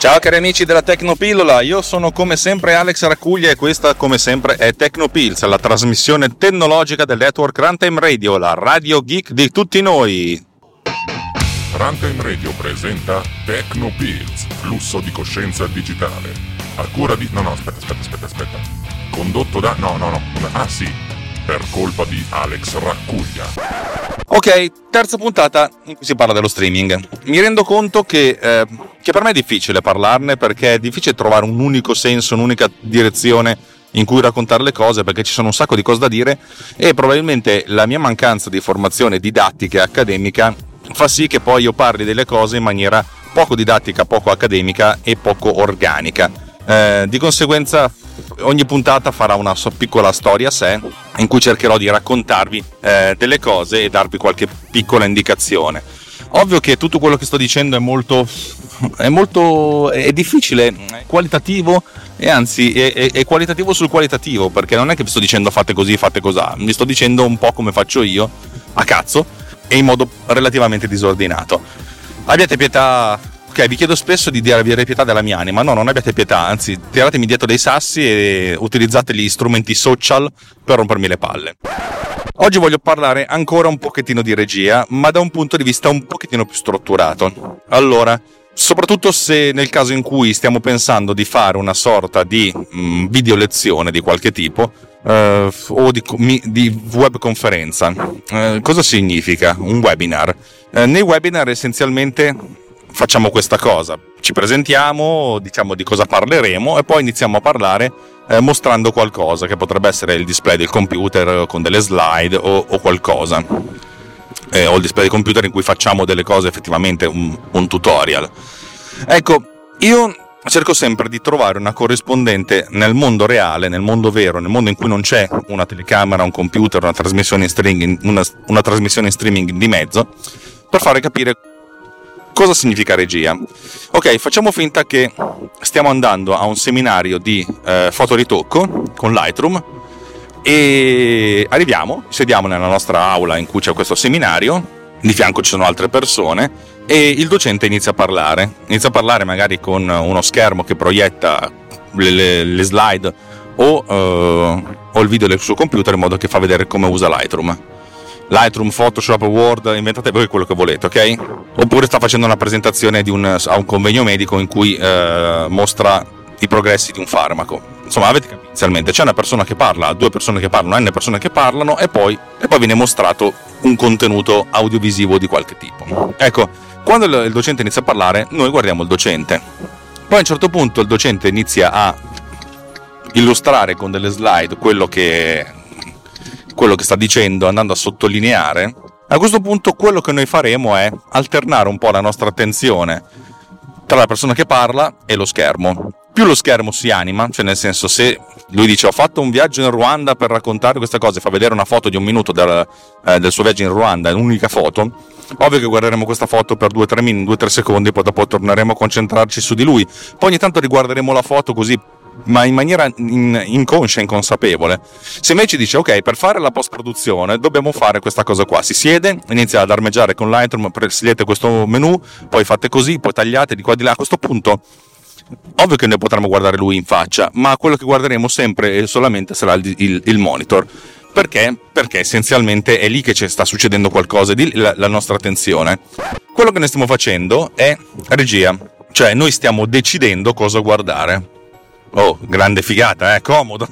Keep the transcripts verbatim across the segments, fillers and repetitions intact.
Ciao cari amici della Tecnopillola, io sono come sempre Alex Raccuglia e questa come sempre è Tecnopills, la trasmissione tecnologica del network Runtime Radio, la radio geek di tutti noi. Runtime Radio presenta Tecnopills, flusso di coscienza digitale. A cura di... no no aspetta aspetta aspetta aspetta. Condotto da... no no no, ah sì, per colpa di Alex Raccuglia. Ok, terza puntata in cui si parla dello streaming. Mi rendo conto che, eh, che per me è difficile parlarne perché è difficile trovare un unico senso, un'unica direzione in cui raccontare le cose, perché ci sono un sacco di cose da dire e probabilmente la mia mancanza di formazione didattica e accademica fa sì che poi io parli delle cose in maniera poco didattica, poco accademica e poco organica. Eh, di conseguenza ogni puntata farà una sua piccola storia a sé in cui cercherò di raccontarvi eh, delle cose e darvi qualche piccola indicazione. Ovvio che tutto quello che sto dicendo è molto è molto è difficile, è qualitativo e anzi è, è, è qualitativo sul qualitativo, perché non è che vi sto dicendo fate così, fate cosà, vi sto dicendo un po' come faccio io a cazzo e in modo relativamente disordinato. Abbiate pietà. Ok, vi chiedo spesso di avere pietà della mia anima. No, non abbiate pietà, anzi, tiratemi dietro dei sassi e utilizzate gli strumenti social per rompermi le palle. Oggi voglio parlare ancora un pochettino di regia, ma da un punto di vista un pochettino più strutturato. Allora, soprattutto se nel caso in cui stiamo pensando di fare una sorta di mh, video lezione di qualche tipo, Uh, o di, di web conferenza. Uh, cosa significa un webinar? Uh, nei webinar essenzialmente facciamo questa cosa, ci presentiamo, diciamo di cosa parleremo e poi iniziamo a parlare eh, mostrando qualcosa che potrebbe essere il display del computer con delle slide o, o qualcosa, eh, o il display del computer in cui facciamo delle cose, effettivamente un, un tutorial. Ecco, io cerco sempre di trovare una corrispondente nel mondo reale, nel mondo vero, nel mondo in cui non c'è una telecamera, un computer, una trasmissione in streaming, una, una trasmissione in streaming di mezzo, per fare capire cosa significa regia. Ok, facciamo finta che stiamo andando a un seminario di eh, fotoritocco con Lightroom e arriviamo, sediamo nella nostra aula in cui c'è questo seminario, di fianco ci sono altre persone e il docente inizia a parlare, inizia a parlare magari con uno schermo che proietta le, le, le slide o, uh, o il video del suo computer in modo che fa vedere come usa Lightroom. Lightroom, Photoshop, Word, inventate voi quello che volete, ok? Oppure sta facendo una presentazione di un, a un convegno medico in cui eh, mostra i progressi di un farmaco. Insomma, avete capito, inizialmente c'è una persona che parla, due persone che parlano, n persone che parlano e poi, e poi viene mostrato un contenuto audiovisivo di qualche tipo. Ecco, quando il, il docente inizia a parlare, noi guardiamo il docente. Poi a un certo punto il docente inizia a illustrare con delle slide quello che... quello che sta dicendo, andando a sottolineare. A questo punto quello che noi faremo è alternare un po' la nostra attenzione tra la persona che parla e lo schermo. Più lo schermo si anima, cioè nel senso, se lui dice ho fatto un viaggio in Ruanda per raccontare questa cosa e fa vedere una foto di un minuto del, eh, del suo viaggio in Ruanda, è un'unica foto, ovvio che guarderemo questa foto per due tre minuti, due tre secondi, poi dopo torneremo a concentrarci su di lui, poi ogni tanto riguarderemo la foto così, ma in maniera in, inconscia, inconsapevole. Se invece dice ok, per fare la post produzione dobbiamo fare questa cosa qua, si siede, inizia ad armeggiare con Lightroom, scegliete questo menu, poi fate così, poi tagliate di qua di là. A questo punto ovvio che noi potremo guardare lui in faccia, ma quello che guarderemo sempre e solamente sarà il, il, il monitor. Perché? Perché essenzialmente è lì che ci sta succedendo qualcosa, di la, la nostra attenzione. Quello che noi stiamo facendo è regia, cioè noi stiamo decidendo cosa guardare. Oh, grande figata, eh, comodo.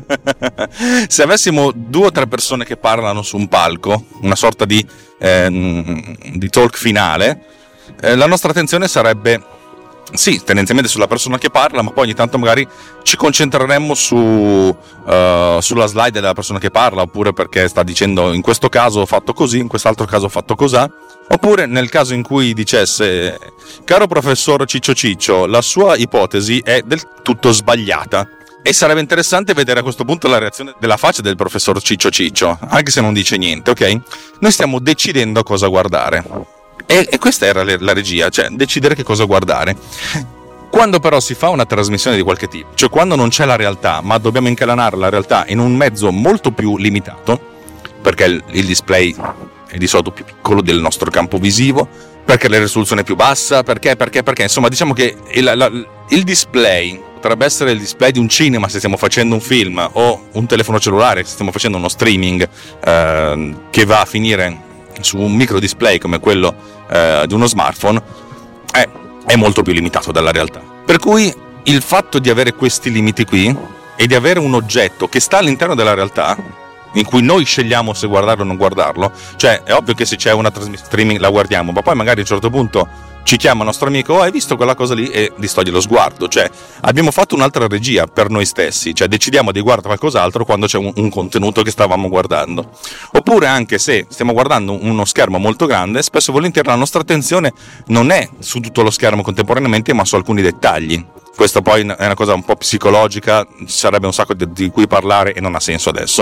Se avessimo due o tre persone che parlano su un palco, una sorta di, eh, di talk finale, eh, la nostra attenzione sarebbe, sì, tendenzialmente sulla persona che parla, ma poi ogni tanto magari ci concentreremmo su, uh, sulla slide della persona che parla, oppure perché sta dicendo in questo caso ho fatto così, in quest'altro caso ho fatto cos'ha. Oppure nel caso in cui dicesse caro professor Ciccio Ciccio, la sua ipotesi è del tutto sbagliata, e sarebbe interessante vedere a questo punto la reazione della faccia del professor Ciccio Ciccio, anche se non dice niente, ok? Noi stiamo decidendo cosa guardare e, e questa era la regia, cioè decidere che cosa guardare. Quando però si fa una trasmissione di qualche tipo, cioè quando non c'è la realtà ma dobbiamo incalanare la realtà in un mezzo molto più limitato, perché il, il display è di solito più piccolo del nostro campo visivo, perché la risoluzione è più bassa, perché, perché, perché, insomma, diciamo che il, la, il display potrebbe essere il display di un cinema se stiamo facendo un film, o un telefono cellulare se stiamo facendo uno streaming eh, che va a finire su un micro display come quello eh, di uno smartphone, è, è molto più limitato dalla realtà. Per cui il fatto di avere questi limiti qui e di avere un oggetto che sta all'interno della realtà, in cui noi scegliamo se guardarlo o non guardarlo, cioè è ovvio che se c'è una trasmissione streaming la guardiamo, ma poi magari a un certo punto ci chiama il nostro amico, oh, hai visto quella cosa lì, e distoglie lo sguardo. Cioè abbiamo fatto un'altra regia per noi stessi, cioè decidiamo di guardare qualcos'altro quando c'è un, un contenuto che stavamo guardando. Oppure anche se stiamo guardando uno schermo molto grande, spesso e volentieri la nostra attenzione non è su tutto lo schermo contemporaneamente, ma su alcuni dettagli. Questo poi è una cosa un po' psicologica, ci sarebbe un sacco di, di cui parlare e non ha senso adesso.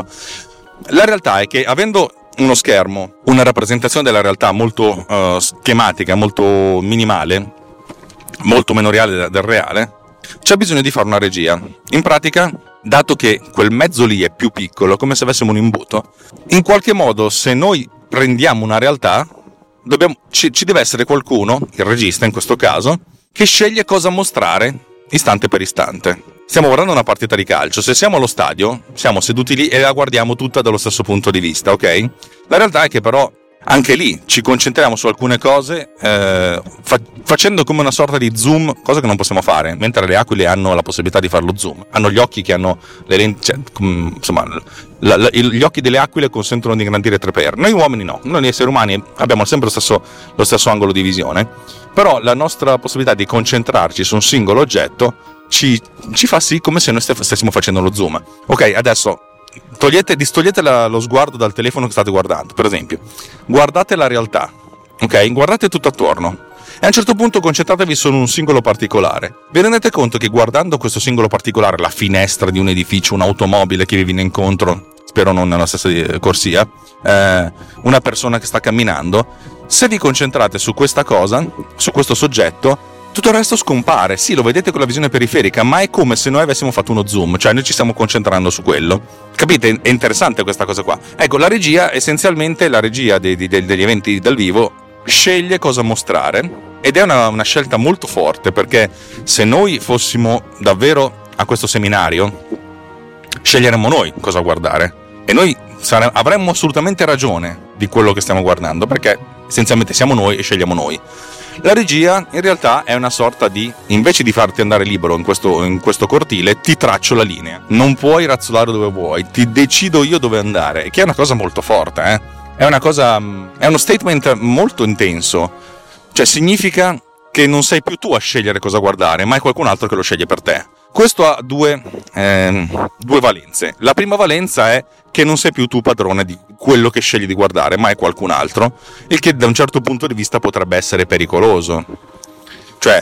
La realtà è che avendo uno schermo, una rappresentazione della realtà molto uh, schematica, molto minimale, molto meno reale del reale, c'è bisogno di fare una regia. In pratica, dato che quel mezzo lì è più piccolo, come se avessimo un imbuto, in qualche modo se noi prendiamo una realtà, dobbiamo, ci, ci deve essere qualcuno, il regista in questo caso, che sceglie cosa mostrare istante per istante. Stiamo guardando una partita di calcio, se siamo allo stadio siamo seduti lì e la guardiamo tutta dallo stesso punto di vista, ok? La realtà è che però anche lì ci concentriamo su alcune cose eh, fa- facendo come una sorta di zoom, cosa che non possiamo fare, mentre le aquile hanno la possibilità di fare lo zoom, hanno gli occhi che hanno le lenti, cioè, insomma la, la, gli occhi delle aquile consentono di ingrandire tre per. Noi uomini no, noi esseri umani abbiamo sempre lo stesso, lo stesso angolo di visione, però la nostra possibilità di concentrarci su un singolo oggetto Ci, ci fa sì come se noi stessimo facendo lo zoom. Ok, adesso togliete, distogliete la, lo sguardo dal telefono che state guardando, per esempio guardate la realtà, ok? Guardate tutto attorno e a un certo punto concentratevi su un singolo particolare. Vi rendete conto che guardando questo singolo particolare, la finestra di un edificio, un'automobile che vi viene incontro, spero non nella stessa corsia, eh, una persona che sta camminando, se vi concentrate su questa cosa, su questo soggetto, tutto il resto scompare. Sì, lo vedete con la visione periferica, ma è come se noi avessimo fatto uno zoom, cioè noi ci stiamo concentrando su quello. Capite? È interessante questa cosa qua. Ecco, la regia, essenzialmente la regia dei, dei, degli eventi dal vivo, sceglie cosa mostrare, ed è una, una scelta molto forte, perché se noi fossimo davvero a questo seminario, sceglieremmo noi cosa guardare, e noi sare- avremmo assolutamente ragione di quello che stiamo guardando, perché essenzialmente siamo noi e scegliamo noi. La regia in realtà è una sorta di, invece di farti andare libero in questo, in questo cortile, ti traccio la linea. Non puoi razzolare dove vuoi, ti decido io dove andare, che è una cosa molto forte, eh? È una cosa, è uno statement molto intenso. Cioè significa che non sei più tu a scegliere cosa guardare, ma è qualcun altro che lo sceglie per te. Questo ha due, eh, due valenze. La prima valenza è che non sei più tu padrone di quello che scegli di guardare, ma è qualcun altro, il che da un certo punto di vista potrebbe essere pericoloso. Cioè,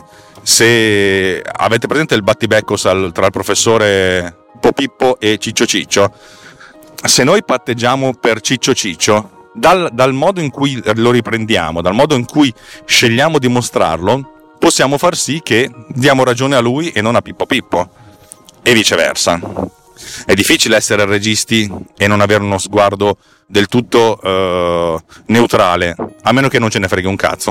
se avete presente il battibecco tra il professore Popippo e Ciccio Ciccio, se noi patteggiamo per Ciccio Ciccio, dal, dal modo in cui lo riprendiamo, dal modo in cui scegliamo di mostrarlo, possiamo far sì che diamo ragione a lui e non a Pippo Pippo, e viceversa. È difficile essere registi e non avere uno sguardo del tutto uh, neutrale, a meno che non ce ne freghi un cazzo.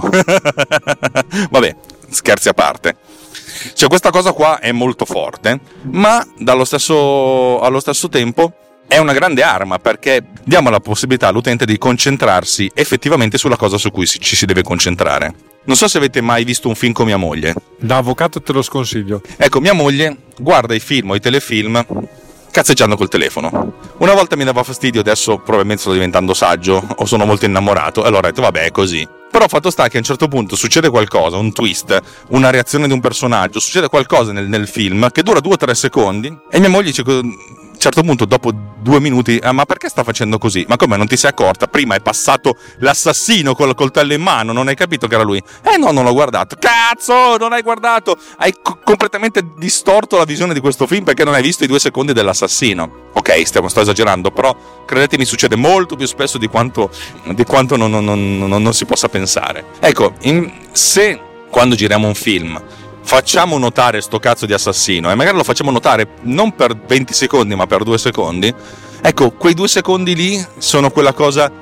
Vabbè, scherzi a parte. Cioè, questa cosa qua è molto forte, ma dallo stesso, allo stesso tempo è una grande arma, perché diamo la possibilità all'utente di concentrarsi effettivamente sulla cosa su cui ci si deve concentrare. Non so se avete mai visto un film con mia moglie. Da avvocato te lo sconsiglio. Ecco, mia moglie guarda i film o i telefilm cazzeggiando col telefono. Una volta mi dava fastidio, adesso probabilmente sto diventando saggio o sono molto innamorato, allora ho detto vabbè, è così. Però fatto sta che a un certo punto succede qualcosa, un twist, una reazione di un personaggio, succede qualcosa nel, nel film che dura due o tre secondi e mia moglie dice, a un certo punto dopo due minuti, ah, ma perché sta facendo così? Ma come, non ti sei accorta? Prima è passato l'assassino col coltello in mano, non hai capito che era lui? Eh no, non l'ho guardato. Cazzo, non hai guardato! Hai co- completamente distorto la visione di questo film perché non hai visto i due secondi dell'assassino. Ok, stiamo, sto esagerando, però credetemi, succede molto più spesso di quanto, di quanto non, non, non, non, non si possa pensare. Ecco, in, se quando giriamo un film facciamo notare sto cazzo di assassino e magari lo facciamo notare non per venti secondi ma per due secondi, ecco, quei due secondi lì sono quella cosa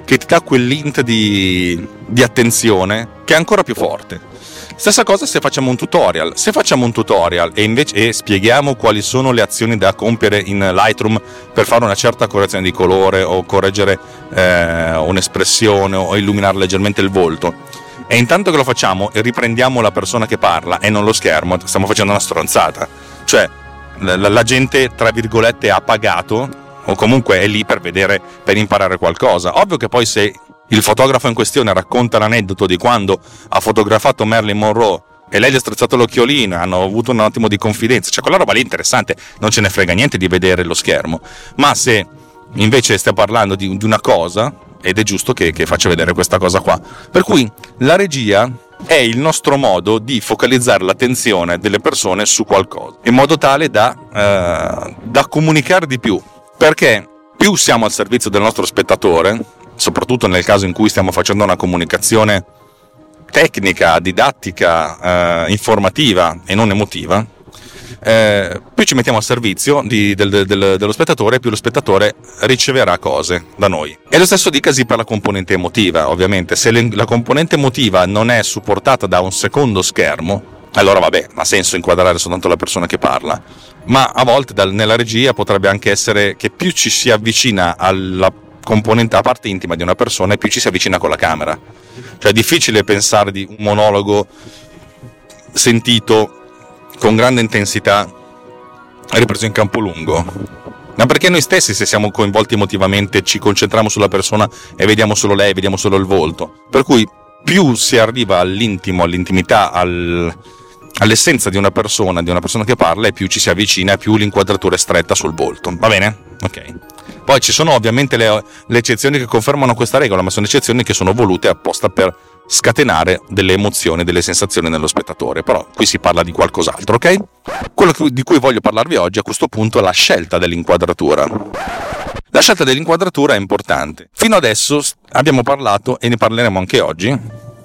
che ti dà quell'int di, di attenzione che è ancora più forte. Stessa cosa se facciamo un tutorial. Se facciamo un tutorial e invece e spieghiamo quali sono le azioni da compiere in Lightroom per fare una certa correzione di colore o correggere eh, un'espressione o illuminare leggermente il volto, e intanto che lo facciamo e riprendiamo la persona che parla e non lo schermo, stiamo facendo una stronzata. Cioè la, la gente tra virgolette ha pagato o comunque è lì per vedere, per imparare qualcosa. Ovvio che poi se il fotografo in questione racconta l'aneddoto di quando ha fotografato Marilyn Monroe e lei gli ha strizzato l'occhiolino, hanno avuto un attimo di confidenza, cioè quella roba lì interessante, non ce ne frega niente di vedere lo schermo. Ma se invece stiamo parlando di, di una cosa, ed è giusto che, che faccia vedere questa cosa qua. Per cui la regia è il nostro modo di focalizzare l'attenzione delle persone su qualcosa, in modo tale da, eh, da comunicare di più, perché più siamo al servizio del nostro spettatore, soprattutto nel caso in cui stiamo facendo una comunicazione tecnica, didattica, eh, informativa e non emotiva, eh, più ci mettiamo al servizio di, del, del, dello spettatore, più lo spettatore riceverà cose da noi. E lo stesso dicasi per la componente emotiva, ovviamente. Se le, la componente emotiva non è supportata da un secondo schermo, allora vabbè, ha senso inquadrare soltanto la persona che parla. Ma a volte dal, nella regia potrebbe anche essere che più ci si avvicina alla componente, a parte intima di una persona, e più ci si avvicina con la camera. Cioè è difficile pensare di un monologo sentito con grande intensità ripreso in campo lungo, ma perché noi stessi, se siamo coinvolti emotivamente, ci concentriamo sulla persona e vediamo solo lei, vediamo solo il volto. Per cui più si arriva all'intimo, all'intimità, al, all'essenza di una persona, di una persona che parla, e più ci si avvicina, più l'inquadratura è stretta sul volto. Va bene? Ok. Poi ci sono ovviamente le, le eccezioni che confermano questa regola, ma sono eccezioni che sono volute apposta per scatenare delle emozioni, delle sensazioni nello spettatore. Però qui si parla di qualcos'altro, ok? Quello di cui voglio parlarvi oggi a questo punto è la scelta dell'inquadratura. La scelta dell'inquadratura è importante. Fino adesso abbiamo parlato, e ne parleremo anche oggi,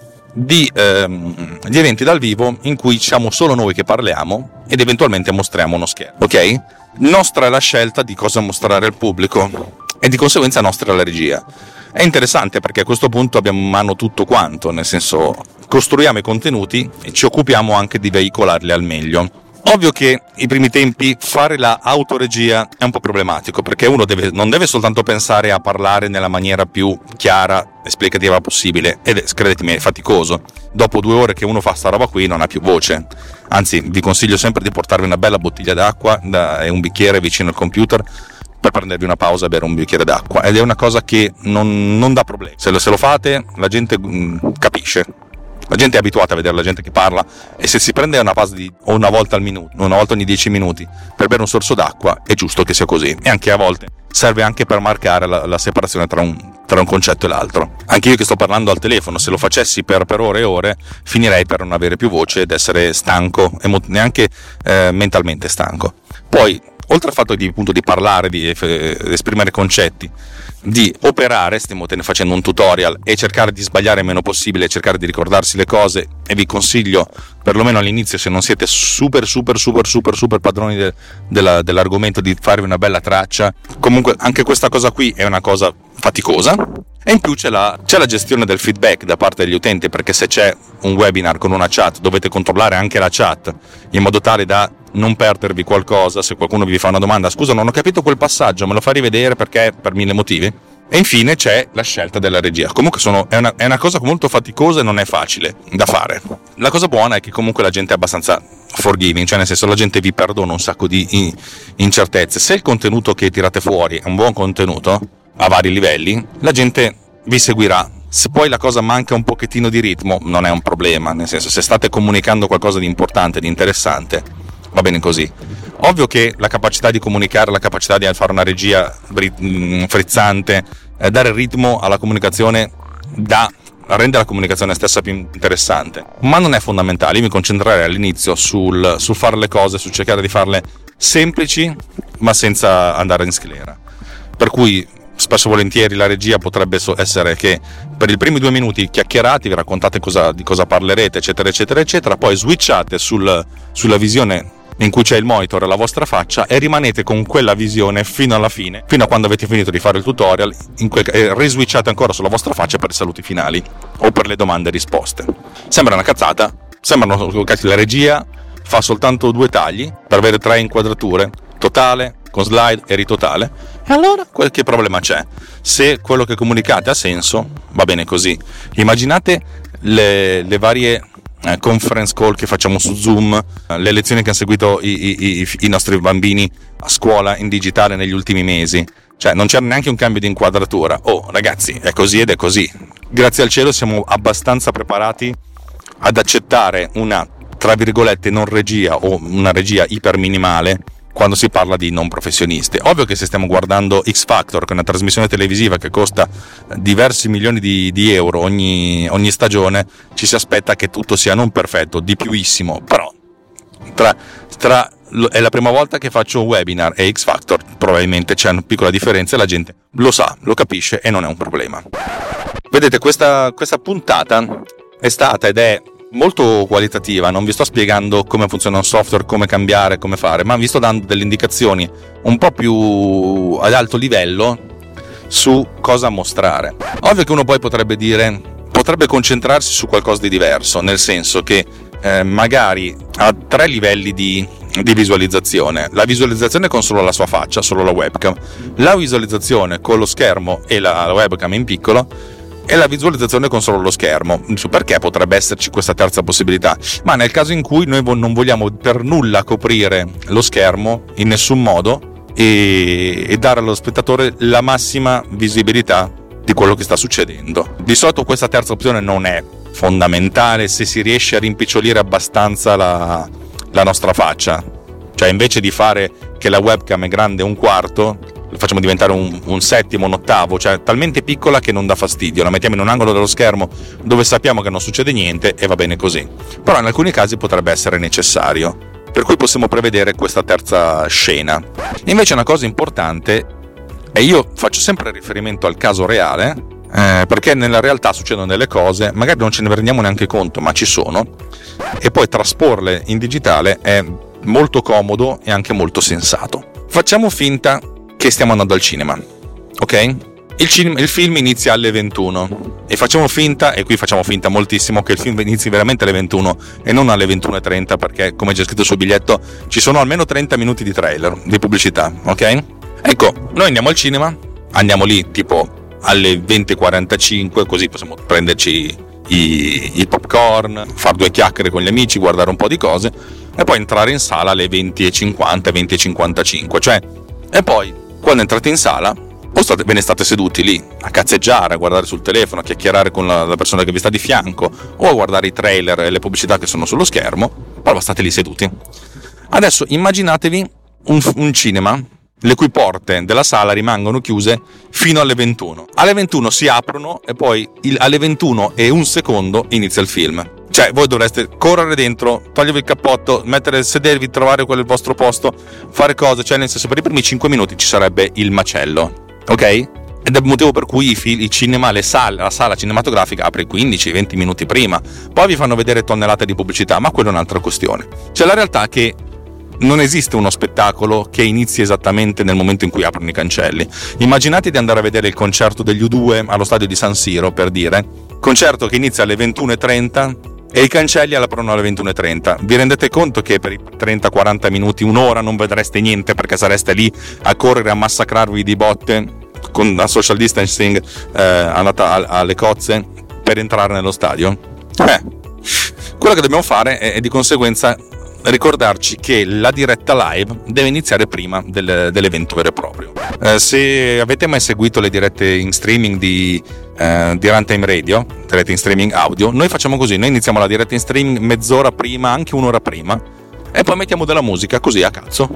di, ehm, di eventi dal vivo in cui siamo solo noi che parliamo ed eventualmente mostriamo uno schermo, ok? Nostra è la scelta di cosa mostrare al pubblico e di conseguenza nostra è la regia. È interessante perché a questo punto abbiamo in mano tutto quanto, nel senso costruiamo i contenuti e ci occupiamo anche di veicolarli al meglio. Ovvio che i primi tempi fare la autoregia è un po' problematico, perché uno deve, non deve soltanto pensare a parlare nella maniera più chiara, esplicativa possibile, ed è, credetemi, è faticoso. Dopo due ore che uno fa sta roba qui non ha più voce. Anzi, vi consiglio sempre di portarvi una bella bottiglia d'acqua da, e un bicchiere vicino al computer per prendervi una pausa e bere un bicchiere d'acqua, ed è una cosa che non, non dà problemi. Se lo, se lo fate la gente mh, capisce. La gente è abituata a vedere la gente che parla, e se si prende una pausa di o una volta al minuto, una volta ogni dieci minuti per bere un sorso d'acqua, è giusto che sia così. E anche a volte serve anche per marcare la, la separazione tra un, tra un concetto e l'altro. Anche io che sto parlando al telefono, se lo facessi per, per ore e ore, finirei per non avere più voce ed essere stanco, emo- neanche eh, mentalmente stanco. Poi, oltre al fatto di, appunto, di parlare, di eh, esprimere concetti, di operare, stiamo facendo un tutorial, e cercare di sbagliare il meno possibile, cercare di ricordarsi le cose, e vi consiglio, perlomeno all'inizio, se non siete super super super super super padroni de, della, dell'argomento, di farvi una bella traccia. Comunque anche questa cosa qui è una cosa faticosa, e in più c'è la, c'è la gestione del feedback da parte degli utenti, perché se c'è un webinar con una chat dovete controllare anche la chat in modo tale da non perdervi qualcosa. Se qualcuno vi fa una domanda, scusa non ho capito quel passaggio, me lo fa rivedere perché per mille motivi. E infine c'è la scelta della regia. Comunque sono, è, una, è una cosa molto faticosa e non è facile da fare. La cosa buona è che comunque la gente è abbastanza forgiving, cioè nel senso la gente vi perdona un sacco di incertezze. Se il contenuto che tirate fuori è un buon contenuto a vari livelli, la gente vi seguirà. Se poi la cosa manca un pochettino di ritmo, non è un problema, nel senso, se state comunicando qualcosa di importante, di interessante, va bene così. Ovvio che la capacità di comunicare, la capacità di fare una regia frizzante, eh, dare ritmo alla comunicazione, da rende la comunicazione stessa più interessante, ma non è fondamentale. Io mi concentrerei all'inizio sul, sul fare le cose, sul cercare di farle semplici ma senza andare in sclera. Per cui spesso e volentieri la regia potrebbe essere che per i primi due minuti chiacchierati, vi raccontate cosa, di cosa parlerete, eccetera eccetera eccetera, poi switchate sul, sulla visione in cui c'è il monitor e la vostra faccia e rimanete con quella visione fino alla fine, fino a quando avete finito di fare il tutorial, in quel, e riswitchate ancora sulla vostra faccia per i saluti finali o per le domande e risposte. Sembra una cazzata, sembrano che la regia fa soltanto due tagli per avere tre inquadrature, totale, con slide e ritotale. E allora qualche problema c'è. Se quello che comunicate ha senso, va bene così. Immaginate le, le varie eh, conference call che facciamo su Zoom, eh, le lezioni che hanno seguito i, i, i nostri bambini a scuola in digitale negli ultimi mesi. Cioè non c'era neanche un cambio di inquadratura. Oh ragazzi, è così ed è così. Grazie al cielo siamo abbastanza preparati ad accettare una, tra virgolette, non regia o una regia iper minimale quando si parla di non professionisti. Ovvio che se stiamo guardando X Factor, che è una trasmissione televisiva che costa diversi milioni di, di euro ogni, ogni stagione, ci si aspetta che tutto sia non perfetto, di piuissimo, però tra, tra è la prima volta che faccio un webinar e X Factor probabilmente c'è una piccola differenza e la gente lo sa, lo capisce e non è un problema. Vedete, questa, questa puntata è stata ed è molto qualitativa, non vi sto spiegando come funziona un software, come cambiare, come fare, ma vi sto dando delle indicazioni un po' più ad alto livello su cosa mostrare. Ovvio che uno poi potrebbe dire, potrebbe concentrarsi su qualcosa di diverso, nel senso che eh, magari ha tre livelli di, di visualizzazione: la visualizzazione con solo la sua faccia, solo la webcam, la visualizzazione con lo schermo e la, la webcam in piccolo, e la visualizzazione con solo lo schermo. Perché potrebbe esserci questa terza possibilità? Ma nel caso in cui noi non vogliamo per nulla coprire lo schermo in nessun modo e, e dare allo spettatore la massima visibilità di quello che sta succedendo. Di solito questa terza opzione non è fondamentale se si riesce a rimpicciolire abbastanza la, la nostra faccia. Cioè, invece di fare che la webcam è grande un quarto, lo facciamo diventare un, un settimo, un ottavo, cioè talmente piccola che non dà fastidio, la mettiamo in un angolo dello schermo dove sappiamo che non succede niente e va bene così. Però in alcuni casi potrebbe essere necessario, per cui possiamo prevedere questa terza scena. Invece una cosa importante, e io faccio sempre riferimento al caso reale, eh, perché nella realtà succedono delle cose, magari non ce ne rendiamo neanche conto, ma ci sono, e poi trasporle in digitale è molto comodo e anche molto sensato. Facciamo finta che stiamo andando al cinema, ok? Il, cinema, il film inizia alle ventuno e facciamo finta, e qui facciamo finta moltissimo, che il film inizi veramente alle ventuno e non alle ventuno e trenta, perché come c'è scritto sul biglietto ci sono almeno trenta minuti di trailer, di pubblicità, ok? Ecco, noi andiamo al cinema, andiamo lì tipo alle venti e quarantacinque, così possiamo prenderci i, i popcorn, fare due chiacchiere con gli amici, guardare un po' di cose e poi entrare in sala alle venti e cinquanta, venti e cinquantacinque, cioè, e poi quando entrate in sala o state, ve ne state seduti lì a cazzeggiare, a guardare sul telefono, a chiacchierare con la, la persona che vi sta di fianco o a guardare i trailer e le pubblicità che sono sullo schermo, poi state lì seduti. Adesso immaginatevi un, un cinema le cui porte della sala rimangono chiuse fino alle ventuno. Alle ventuno si aprono e poi il, alle ventuno e un secondo inizia il film. Cioè voi dovreste correre dentro, togliervi il cappotto, mettere, sedervi, trovare quel vostro posto, fare cose, cioè nel senso per i primi cinque minuti ci sarebbe il macello, ok? Ed è il motivo per cui i, film, i cinema, le sale, la sala cinematografica apre quindici venti minuti prima, poi vi fanno vedere tonnellate di pubblicità, ma quella è un'altra questione. Cioè la realtà è che non esiste uno spettacolo che inizi esattamente nel momento in cui aprono i cancelli. Immaginate di andare a vedere il concerto degli U due allo stadio di San Siro, per dire, concerto che inizia alle ventuno e trenta e i cancelli aprono alle ventuno e trenta. Vi rendete conto che per i trenta quaranta minuti, un'ora non vedreste niente, perché sareste lì a correre, a massacrarvi di botte con la social distancing eh, andata alle cozze per entrare nello stadio? Eh, quello che dobbiamo fare è, è di conseguenza ricordarci che la diretta live deve iniziare prima del, dell'evento vero e proprio. Eh, se avete mai seguito le dirette in streaming di, eh, di Runtime Radio, dirette in streaming audio, noi facciamo così: noi iniziamo la diretta in streaming mezz'ora prima, anche un'ora prima, e poi mettiamo della musica così a cazzo,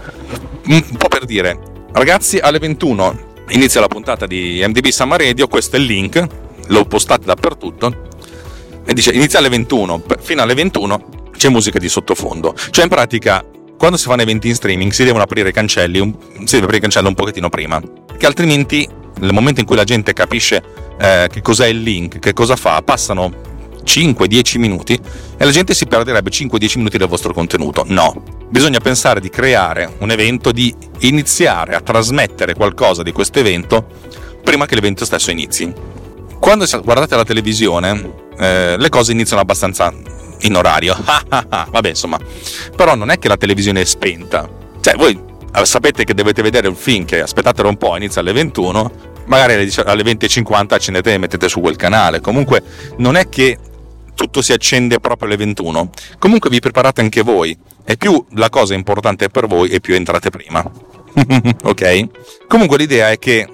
un po' per dire: ragazzi, alle ventuno inizia la puntata di M D B Summer Radio, questo è il link, lo postate dappertutto, e dice inizia alle ventuno, fino alle ventuno c'è musica di sottofondo. Cioè in pratica quando si fanno eventi in streaming si devono aprire i cancelli un, si deve aprire i cancelli un pochettino prima, che altrimenti nel momento in cui la gente capisce eh, che cos'è il link, che cosa fa, passano cinque dieci minuti e la gente si perderebbe cinque dieci minuti del vostro contenuto. No, bisogna pensare di creare un evento, di iniziare a trasmettere qualcosa di questo evento prima che l'evento stesso inizi. Quando guardate la televisione, eh, le cose iniziano abbastanza in orario. Vabbè, insomma, però non è che la televisione è spenta. Cioè, voi sapete che dovete vedere un film che aspettatelo un po', inizia alle ventuno, magari alle venti e cinquanta accendete e mettete su quel canale. Comunque non è che tutto si accende proprio alle ventuno. Comunque vi preparate anche voi, e più la cosa è importante per voi e più entrate prima. Ok? Comunque l'idea è che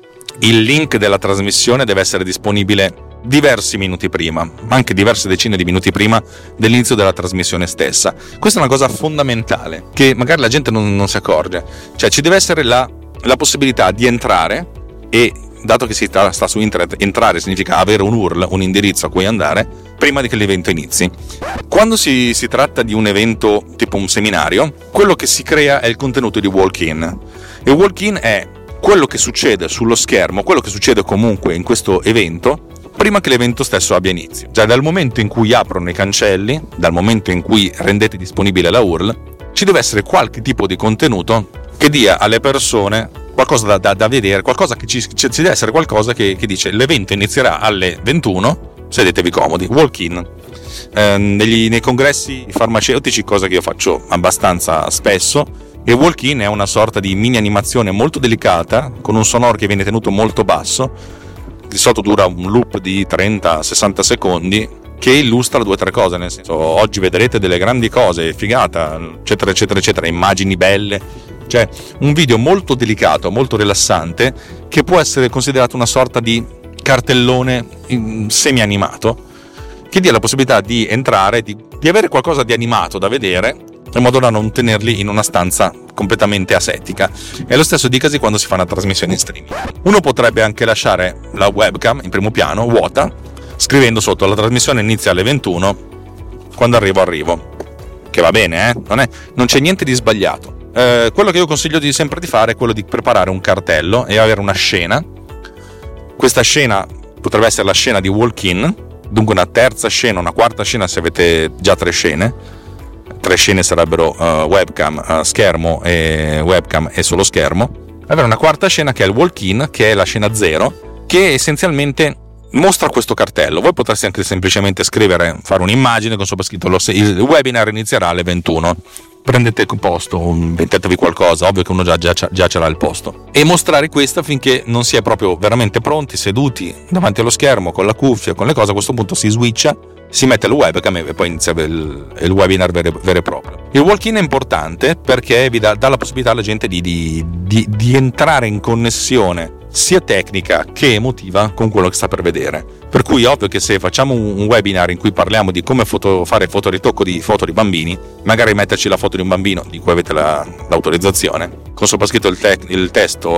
il link della trasmissione deve essere disponibile diversi minuti prima, anche diverse decine di minuti prima dell'inizio della trasmissione stessa. Questa è una cosa fondamentale che magari la gente non, non si accorge. Cioè ci deve essere la, la possibilità di entrare, e dato che si sta, sta su internet, entrare significa avere un U R L, un indirizzo a cui andare prima di che l'evento inizi. Quando si, si tratta di un evento tipo un seminario, quello che si crea è il contenuto di walk-in. Il walk-in è quello che succede sullo schermo, quello che succede comunque in questo evento prima che l'evento stesso abbia inizio. Cioè dal momento in cui aprono i cancelli, dal momento in cui rendete disponibile la U R L, ci deve essere qualche tipo di contenuto che dia alle persone qualcosa da, da, da vedere, qualcosa che ci, ci deve essere qualcosa che, che dice l'evento inizierà alle ventuno, sedetevi comodi, walk-in. Eh, negli, nei congressi farmaceutici, cosa che io faccio abbastanza spesso, e walk-in è una sorta di mini animazione molto delicata con un sonoro che viene tenuto molto basso, di solito dura un loop di trenta sessanta secondi, che illustra due o tre cose, nel senso oggi vedrete delle grandi cose, figata, eccetera eccetera eccetera, immagini belle, cioè un video molto delicato, molto rilassante, che può essere considerato una sorta di cartellone semi animato che dia la possibilità di entrare, di, di avere qualcosa di animato da vedere, in modo da non tenerli in una stanza completamente asettica. E lo stesso dicasi quando si fa una trasmissione in streaming. Uno potrebbe anche lasciare la webcam in primo piano vuota, scrivendo sotto la trasmissione inizia alle ventuno, quando arrivo arrivo, che va bene, eh? non, è, non c'è niente di sbagliato. Eh, quello che io consiglio di sempre di fare è quello di preparare un cartello e avere una scena. Questa scena potrebbe essere la scena di walk-in, dunque una terza scena, una quarta scena se avete già tre scene. Tre scene sarebbero uh, webcam, uh, schermo e webcam e solo schermo. Avere una quarta scena che è il walk-in, che è la scena zero, che essenzialmente mostra questo cartello. Voi potreste anche semplicemente scrivere, fare un'immagine con sopra scritto il webinar inizierà alle ventuno. Prendete il posto, inventatevi qualcosa, ovvio che uno già, già, già ce l'ha il posto, e mostrare questo finché non si è proprio veramente pronti, seduti davanti allo schermo con la cuffia, con le cose. A questo punto si switcha, si mette il webcam e poi inizia il, il webinar vero, vero e proprio. Il walk-in è importante perché vi dà, dà la possibilità alla gente di, di, di, di entrare in connessione sia tecnica che emotiva con quello che sta per vedere. Per cui è ovvio che se facciamo un webinar in cui parliamo di come foto, fare fotoritocco di foto di bambini, magari metterci la foto di un bambino di cui avete la, l'autorizzazione, con sopra scritto il, te, il testo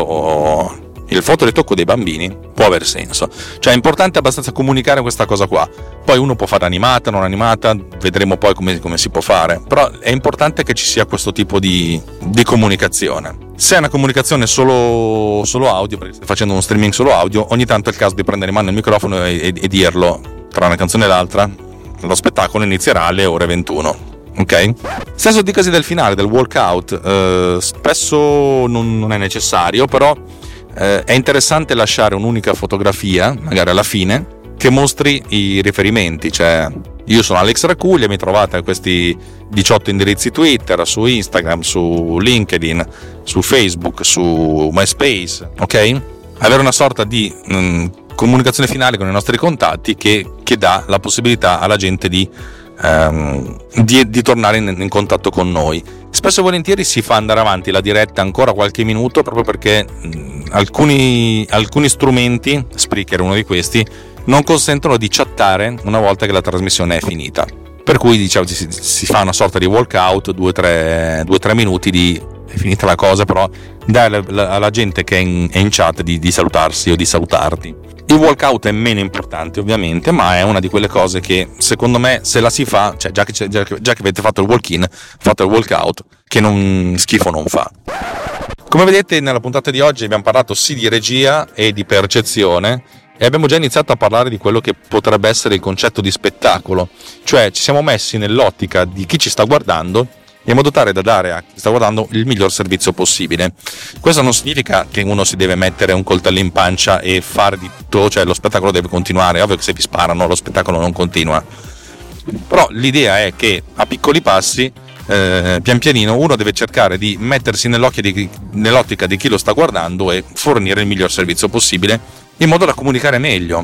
o il fotoritocco dei bambini, può aver senso. Cioè è importante abbastanza comunicare questa cosa qua. Poi uno può fare animata, non animata, vedremo poi come, come si può fare, però è importante che ci sia questo tipo di, di comunicazione. Se è una comunicazione solo, solo audio, perché stai facendo uno streaming solo audio, ogni tanto è il caso di prendere in mano il microfono e, e, e dirlo tra una canzone e l'altra. Lo spettacolo inizierà alle ore ventuno. Ok? Stesso dicasi del finale, del walkout. Eh, spesso non, non è necessario, però eh, è interessante lasciare un'unica fotografia, magari alla fine, che mostri i riferimenti. Cioè, io sono Alex Racuglia, mi trovate a questi diciotto indirizzi Twitter, su Instagram, su LinkedIn, su Facebook, su MySpace, ok? Avere una sorta di mh, comunicazione finale con i nostri contatti che, che dà la possibilità alla gente di, um, di, di tornare in, in contatto con noi. Spesso e volentieri si fa andare avanti la diretta ancora qualche minuto, proprio perché mh, alcuni, alcuni strumenti, Spreaker è uno di questi, non consentono di chattare una volta che la trasmissione è finita. Per cui diciamo si, si fa una sorta di walkout, due o tre minuti di è finita la cosa, però dai alla gente che è in, è in chat di, di salutarsi o di salutarti. Il walkout è meno importante ovviamente, ma è una di quelle cose che secondo me se la si fa, cioè già che, già che, già che avete fatto il walk-in, fate il walkout, che non schifo non fa. Come vedete nella puntata di oggi abbiamo parlato sì di regia e di percezione, e abbiamo già iniziato a parlare di quello che potrebbe essere il concetto di spettacolo, cioè ci siamo messi nell'ottica di chi ci sta guardando in modo tale da dare a chi sta guardando il miglior servizio possibile. Questo non significa che uno si deve mettere un coltello in pancia e fare di tutto, cioè lo spettacolo deve continuare. È ovvio che se vi sparano lo spettacolo non continua, però l'idea è che a piccoli passi, eh, pian pianino, uno deve cercare di mettersi nell'occhio di, nell'ottica di chi lo sta guardando e fornire il miglior servizio possibile in modo da comunicare meglio.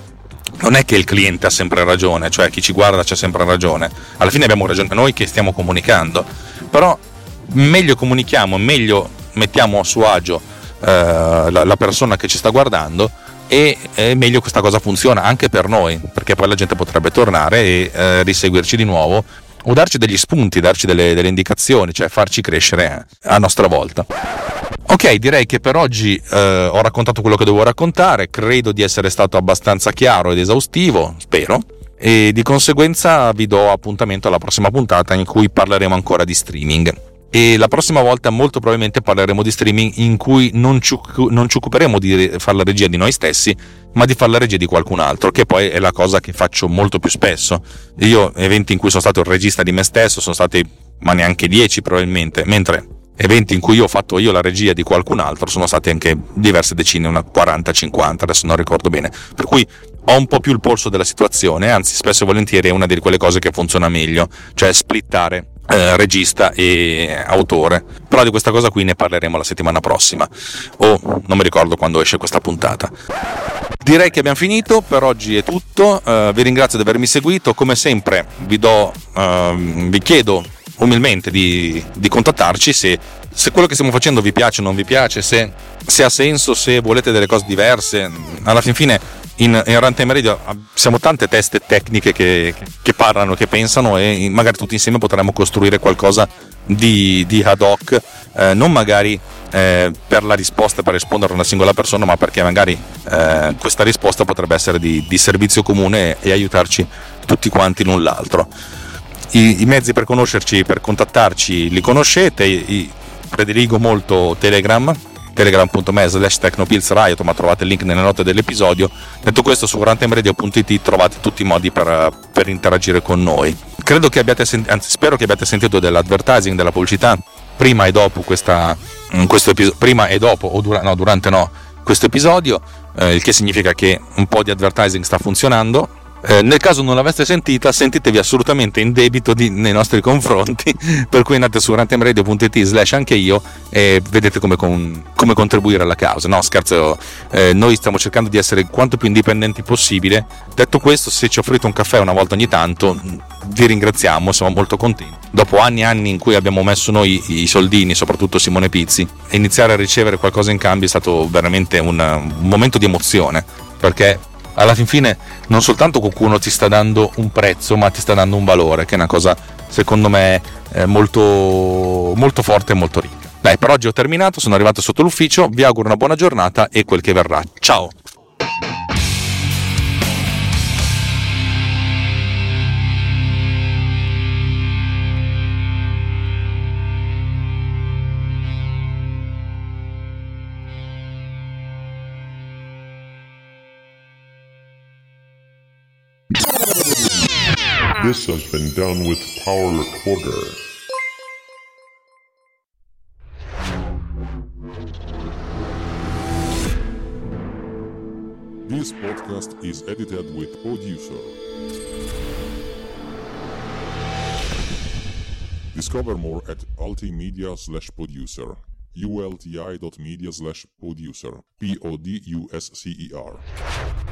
Non è che il cliente ha sempre ragione, cioè chi ci guarda c'ha sempre ragione, alla fine abbiamo ragione noi che stiamo comunicando, però meglio comunichiamo, meglio mettiamo a suo agio eh, la, la persona che ci sta guardando, e eh, meglio questa cosa funziona anche per noi, perché poi la gente potrebbe tornare e eh, riseguirci di nuovo o darci degli spunti, darci delle, delle indicazioni, cioè farci crescere a nostra volta. Ok, direi che per oggi eh, ho raccontato quello che dovevo raccontare, credo di essere stato abbastanza chiaro ed esaustivo, spero, e di conseguenza vi do appuntamento alla prossima puntata in cui parleremo ancora di streaming. E la prossima volta molto probabilmente parleremo di streaming in cui non ci, non ci occuperemo di fare la regia di noi stessi, ma di fare la regia di qualcun altro, che poi è la cosa che faccio molto più spesso. Io, eventi in cui sono stato il regista di me stesso, sono stati ma neanche dieci probabilmente, mentre eventi in cui io ho fatto io la regia di qualcun altro sono stati anche diverse decine, una quaranta cinquanta, adesso non ricordo bene, per cui ho un po' più il polso della situazione, anzi spesso e volentieri è una di quelle cose che funziona meglio, cioè splittare eh, regista e autore. Però di questa cosa qui ne parleremo la settimana prossima, o non mi ricordo quando esce questa puntata. Direi che abbiamo finito, per oggi è tutto, uh, vi ringrazio di avermi seguito, come sempre vi do, uh, vi chiedo umilmente di, di contattarci se, se quello che stiamo facendo vi piace o non vi piace, se, se ha senso, se volete delle cose diverse. Alla fin fine in, in Runtime Radio siamo tante teste tecniche che, che, che parlano, che pensano, e magari tutti insieme potremmo costruire qualcosa di, di ad hoc, eh, non magari eh, per la risposta, per rispondere a una singola persona, ma perché magari eh, questa risposta potrebbe essere di, di servizio comune e, e aiutarci tutti quanti l'un l'altro. I, I mezzi per conoscerci, per contattarci li conoscete, i, prediligo molto Telegram, telegram punto me slash technopillsriot, ma trovate il link nelle note dell'episodio. Detto questo, su runtime radio punto it trovate tutti i modi per, per interagire con noi. Credo che abbiate sentito, anzi spero che abbiate sentito dell'advertising, della pubblicità prima e dopo questa, questo episodio, prima e dopo, o dura, no, durante no, questo episodio, eh, il che significa che un po' di advertising sta funzionando. Eh, nel caso non l'aveste sentita, sentitevi assolutamente in debito di, nei nostri confronti, per cui andate su runtime radio punto it slash anche io e vedete come, con, come contribuire alla causa. No, scherzo, eh, noi stiamo cercando di essere quanto più indipendenti possibile. Detto questo, se ci offrite un caffè una volta ogni tanto, vi ringraziamo, siamo molto contenti. Dopo anni e anni in cui abbiamo messo noi i soldini, soprattutto Simone Pizzi, iniziare a ricevere qualcosa in cambio è stato veramente un, un momento di emozione, perché alla fin fine non soltanto qualcuno ti sta dando un prezzo, ma ti sta dando un valore, che è una cosa secondo me eh, molto, molto forte e molto ricca. Dai, per oggi ho terminato, sono arrivato sotto l'ufficio, vi auguro una buona giornata e quel che verrà. Ciao! This has been done with Power Recorder. This podcast is edited with Producer. Discover more at ultimedia slash producer. ulti dot media slash producer. P O D U S C E R.